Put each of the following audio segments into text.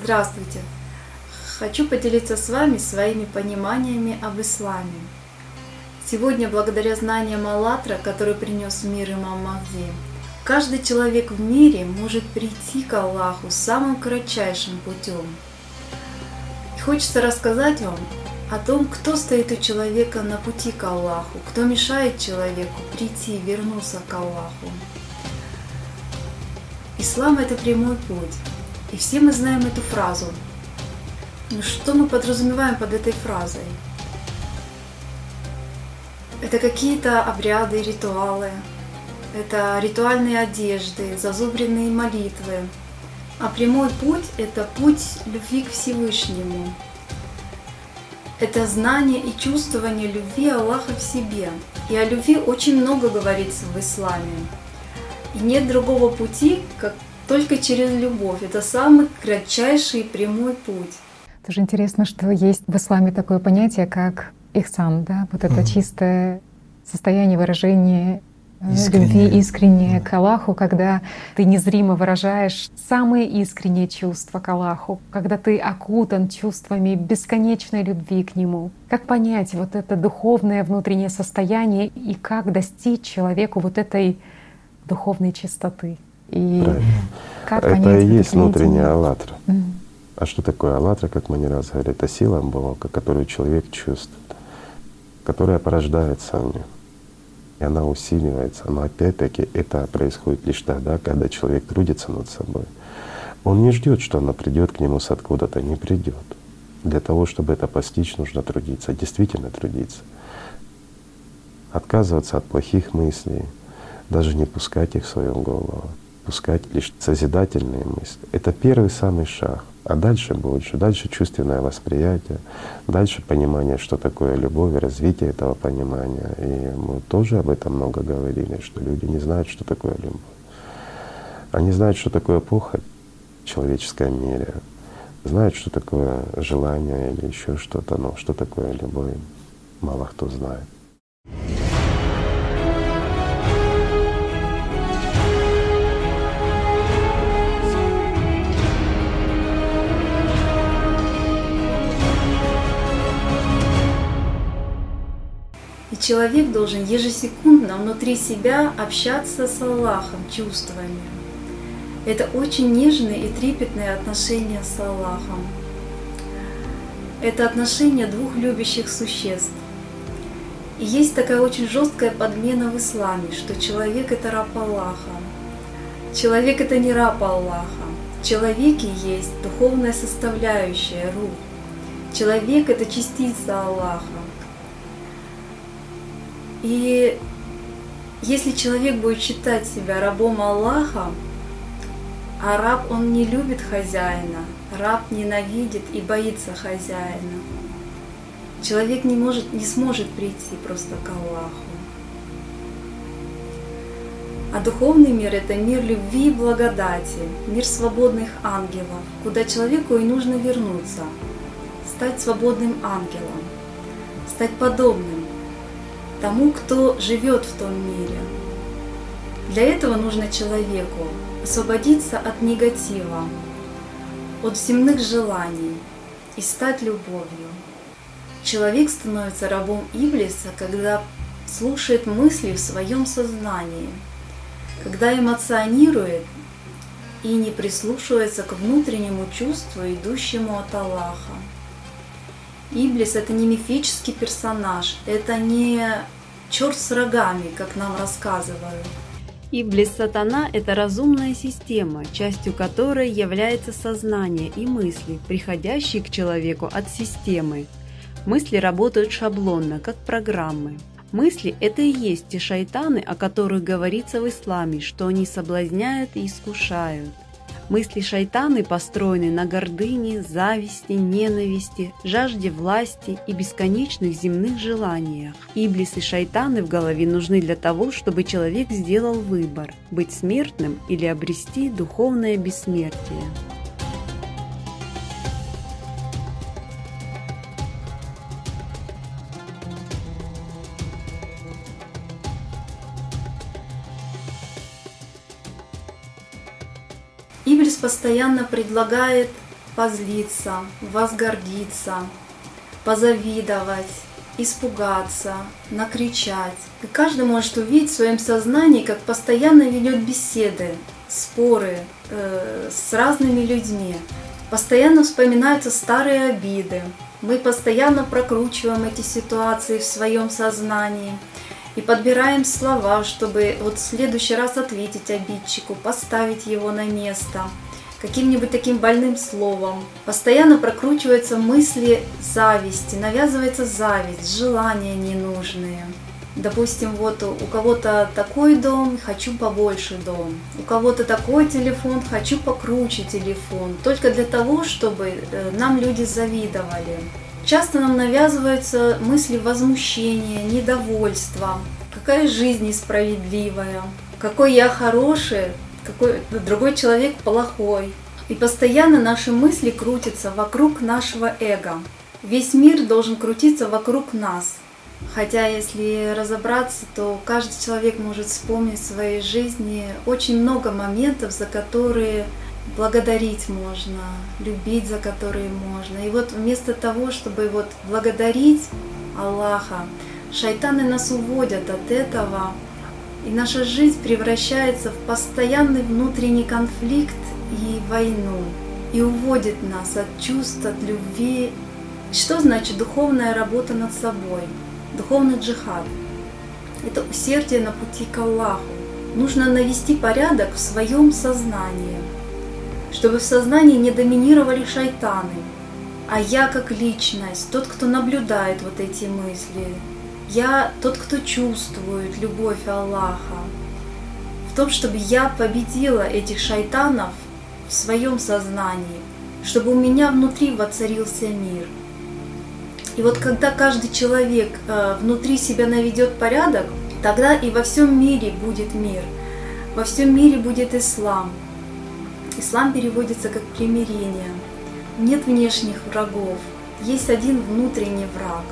Здравствуйте! Хочу поделиться с вами своими пониманиями об исламе. Сегодня, благодаря знаниям Аллатра, который принес в мир имам Махди, каждый человек в мире может прийти к Аллаху самым кратчайшим путем. И хочется рассказать вам о том, кто стоит у человека на пути к Аллаху, кто мешает человеку прийти, вернуться к Аллаху. Ислам — это прямой путь. И все мы знаем эту фразу. Но что мы подразумеваем под этой фразой? Это какие-то обряды, ритуалы, это ритуальные одежды, зазубренные молитвы. А прямой путь — это путь любви к Всевышнему. Это знание и чувствование любви Аллаха в себе. И о любви очень много говорится в исламе. И нет другого пути, как только через любовь. Это самый кратчайший прямой путь. Тоже интересно, что есть в исламе такое понятие, как ихсан, да? Вот это чистое состояние выражения любви искреннее к Аллаху, когда ты незримо выражаешь самые искренние чувства к Аллаху, когда ты окутан чувствами бесконечной любви к Нему. Как понять вот это духовное внутреннее состояние и как достичь человеку вот этой духовной чистоты? И как это понять и вот есть это внутренняя видение? аллатра. А что такое аллатра, как мы не раз говорили? Это сила Бога, которую человек чувствует, которая порождается в нем. И она усиливается. Но опять-таки это происходит лишь тогда, когда человек трудится над собой. Он не ждет, что она придет к нему с откуда-то, не придет. Для того, чтобы это постичь, нужно трудиться, действительно трудиться. Отказываться от плохих мыслей, даже не пускать их в свою голову, пускать лишь созидательные мысли. Это первый самый шаг. А дальше больше, дальше чувственное восприятие, дальше понимание, что такое любовь, развитие этого понимания. И мы тоже об этом много говорили, что люди не знают, что такое любовь. Они знают, что такое похоть в человеческом мире, знают, что такое желание или еще что-то, но что такое любовь, мало кто знает. Человек должен ежесекундно внутри себя общаться с Аллахом чувствами. Это очень нежные и трепетные отношения с Аллахом. Это отношения двух любящих существ. И есть такая очень жесткая подмена в исламе, что человек — это раб Аллаха. Человек — это не раб Аллаха. В человеке есть духовная составляющая, рух. Человек — это частица Аллаха. И если человек будет считать себя рабом Аллаха, а раб, он не любит хозяина, раб ненавидит и боится хозяина, человек не сможет прийти просто к Аллаху. А духовный мир — это мир любви и благодати, мир свободных ангелов, куда человеку и нужно вернуться, стать свободным ангелом, стать подобным тому, кто живет в том мире. Для этого нужно человеку освободиться от негатива, от земных желаний и стать любовью. Человек становится рабом Иблиса, когда слушает мысли в своем сознании, когда эмоционирует и не прислушивается к внутреннему чувству, идущему от Аллаха. Иблис — это не мифический персонаж, это не черт с рогами, как нам рассказывают. Иблис Сатана — это разумная система, частью которой является сознание и мысли, приходящие к человеку от системы. Мысли работают шаблонно, как программы. Мысли — это и есть те шайтаны, о которых говорится в исламе, что они соблазняют и искушают. Мысли шайтаны построены на гордыне, зависти, ненависти, жажде власти и бесконечных земных желаниях. Иблис и шайтаны в голове нужны для того, чтобы человек сделал выбор – быть смертным или обрести духовное бессмертие. Иблис постоянно предлагает позлиться, возгордиться, позавидовать, испугаться, накричать. И каждый может увидеть в своем сознании, как постоянно ведет беседы, споры с разными людьми. Постоянно вспоминаются старые обиды. Мы постоянно прокручиваем эти ситуации в своем сознании и подбираем слова, чтобы вот в следующий раз ответить обидчику, поставить его на место каким-нибудь таким больным словом. Постоянно прокручиваются мысли зависти, навязывается зависть, желания ненужные. Допустим, вот у кого-то такой дом, хочу побольше дом. У кого-то такой телефон, хочу покруче телефон. Только для того, чтобы нам люди завидовали. Часто нам навязываются мысли возмущения, недовольства. Какая жизнь несправедливая, какой я хороший, какой другой человек плохой. И постоянно наши мысли крутятся вокруг нашего эго. Весь мир должен крутиться вокруг нас. Хотя, если разобраться, то каждый человек может вспомнить в своей жизни очень много моментов, за которые благодарить можно, любить за которые можно. И вот вместо того, чтобы вот благодарить Аллаха, шайтаны нас уводят от этого, и наша жизнь превращается в постоянный внутренний конфликт и войну, и уводит нас от чувств, от любви. Что значит духовная работа над собой? Духовный джихад – это усердие на пути к Аллаху. Нужно навести порядок в своем сознании, чтобы в сознании не доминировали шайтаны, а я как личность, тот, кто наблюдает вот эти мысли, я тот, кто чувствует любовь Аллаха, в том, чтобы я победила этих шайтанов в своем сознании, чтобы у меня внутри воцарился мир. И вот когда каждый человек внутри себя наведет порядок, тогда и во всем мире будет мир, во всем мире будет ислам. Ислам переводится как примирение. Нет внешних врагов, есть один внутренний враг.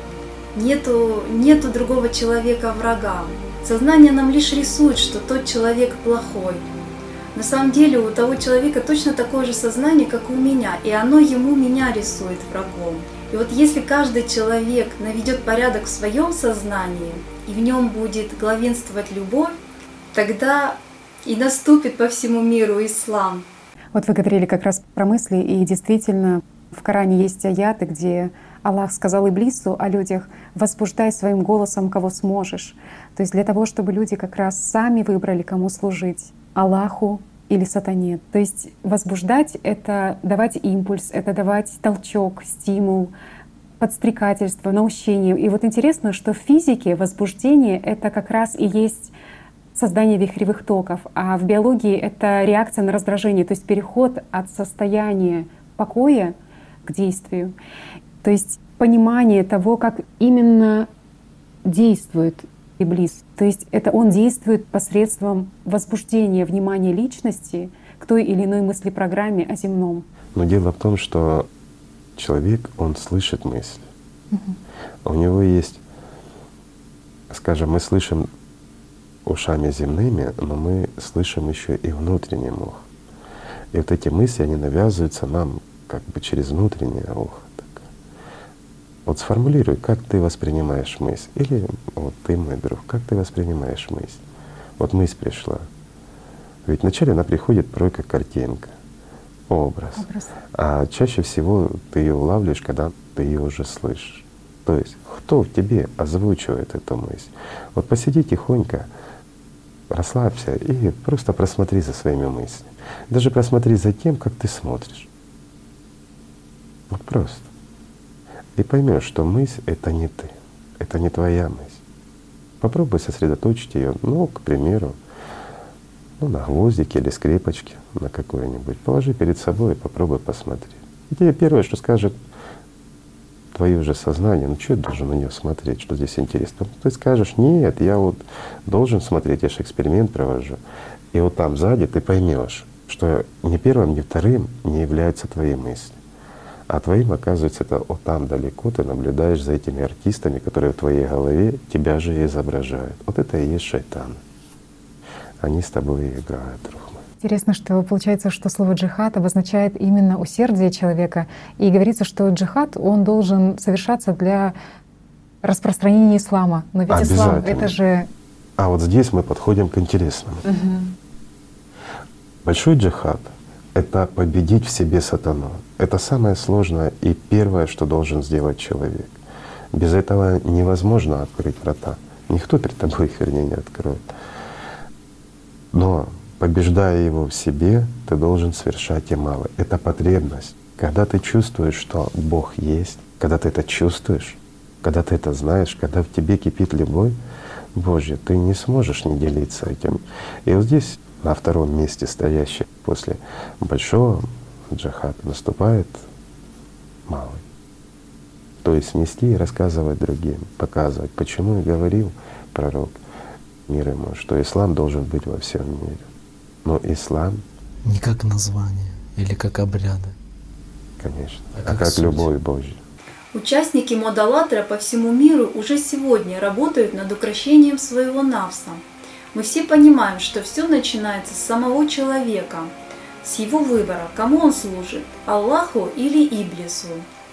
Нету другого человека врага. Сознание нам лишь рисует, что тот человек плохой. На самом деле у того человека точно такое же сознание, как и у меня, и оно ему меня рисует врагом. И вот если каждый человек наведет порядок в своем сознании, и в нем будет главенствовать любовь, тогда и наступит по всему миру ислам. Вот вы говорили как раз про мысли, и действительно в Коране есть аяты, где Аллах сказал Иблису о людях: возбуждай своим голосом, кого сможешь. То есть для того, чтобы люди как раз сами выбрали, кому служить — Аллаху или сатане. То есть возбуждать — это давать импульс, это давать толчок, стимул, подстрекательство, наущение. И вот интересно, что в физике возбуждение — это как раз и есть создание вихревых токов, а в биологии это реакция на раздражение, то есть переход от состояния покоя к действию. То есть понимание того, как именно действует Иблис. То есть это он действует посредством возбуждения внимания личности к той или иной мыслепрограмме о земном. Но дело в том, что человек, он слышит мысли. У него есть, скажем, мы слышим ушами земными, но мы слышим еще и внутренним ухом. И вот эти мысли, они навязываются нам как бы через внутреннее ухо. Вот сформулируй, как ты воспринимаешь мысль. Или вот ты, мой друг, как ты воспринимаешь мысль. Вот мысль пришла. Ведь вначале она приходит порой как картинка, образ. А чаще всего ты ее улавливаешь, когда ты ее уже слышишь. То есть кто в тебе озвучивает эту мысль. Вот посиди тихонько, расслабься и просто просмотри за своими мыслями. Даже просмотри за тем, как ты смотришь. Вот просто. И поймешь, что мысль — это не ты, это не твоя мысль. Попробуй сосредоточить ее, ну, к примеру, на гвоздике или скрепочке на какой-нибудь. Положи перед собой и попробуй посмотреть. И тебе первое, что скажет твое же сознание: ну что я должен на нее смотреть, что здесь интересно? Ты скажешь: нет, я вот должен смотреть, я же эксперимент провожу. И вот там сзади ты поймешь, что ни первым, ни вторым не являются твои мысли. А твоим, оказывается, это вот там далеко ты наблюдаешь за этими артистами, которые в твоей голове тебя же и изображают. Вот это и есть шайтан. Они с тобой и играют, друг мой. Интересно, что получается, что слово «джихад» обозначает именно усердие человека. И говорится, что джихад, он должен совершаться для распространения ислама. Но ведь ислам — это же… А вот здесь мы подходим к интересному. Большой джихад — это победить в себе сатану. Это самое сложное и первое, что должен сделать человек. Без этого невозможно открыть врата. Никто перед тобой их, вернее, не откроет. Но побеждая его в себе, ты должен совершать и малое. Это потребность. Когда ты чувствуешь, что Бог есть, когда ты это чувствуешь, когда ты это знаешь, когда в тебе кипит любовь Божья, ты не сможешь не делиться этим. И вот здесь на втором месте стоящий после большого джихада наступает малый. То есть нести и рассказывать другим, показывать. Почему и говорил пророк, мир ему, что ислам должен быть во всем мире. Но ислам… Не как название или как обряды. Конечно, а как любовь Божья. Участники мод «АЛЛАТРА» по всему миру уже сегодня работают над укрощением своего навса. Мы все понимаем, что все начинается с самого человека, с его выбора, кому он служит, Аллаху или Иблису.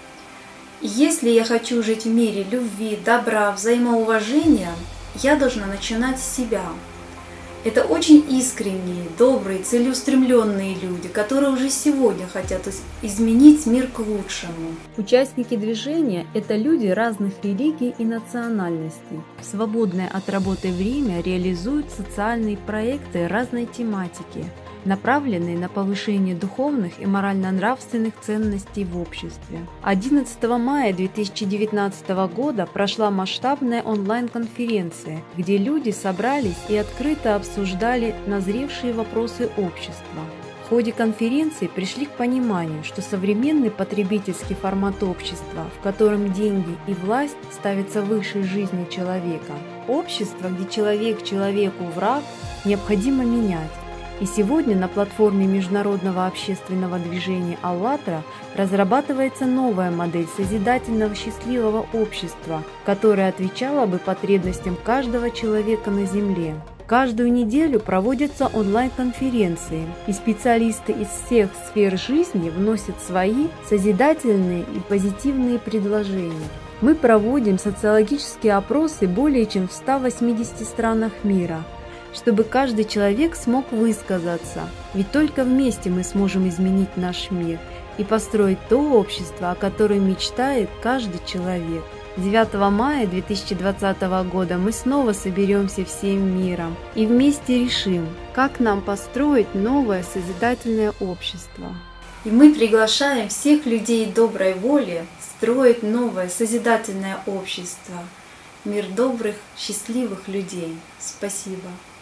И если я хочу жить в мире любви, добра, взаимоуважения, я должна начинать с себя. Это очень искренние, добрые, целеустремленные люди, которые уже сегодня хотят изменить мир к лучшему. Участники движения – это люди разных религий и национальностей. В свободное от работы время реализуют социальные проекты разной тематики, направленные на повышение духовных и морально-нравственных ценностей в обществе. 11 мая 2019 года прошла масштабная онлайн-конференция, где люди собрались и открыто обсуждали назревшие вопросы общества. В ходе конференции пришли к пониманию, что современный потребительский формат общества, в котором деньги и власть ставятся выше жизни человека, общество, где человек человеку враг, необходимо менять. И сегодня на платформе международного общественного движения «АЛЛАТРА» разрабатывается новая модель созидательного счастливого общества, которая отвечала бы потребностям каждого человека на Земле. Каждую неделю проводятся онлайн-конференции, и специалисты из всех сфер жизни вносят свои созидательные и позитивные предложения. Мы проводим социологические опросы более чем в 180 странах мира, чтобы каждый человек смог высказаться, ведь только вместе мы сможем изменить наш мир и построить то общество, о котором мечтает каждый человек. 9 мая 2020 года мы снова соберемся всем миром и вместе решим, как нам построить новое созидательное общество. И мы приглашаем всех людей доброй воли строить новое созидательное общество. Мир добрых, счастливых людей. Спасибо.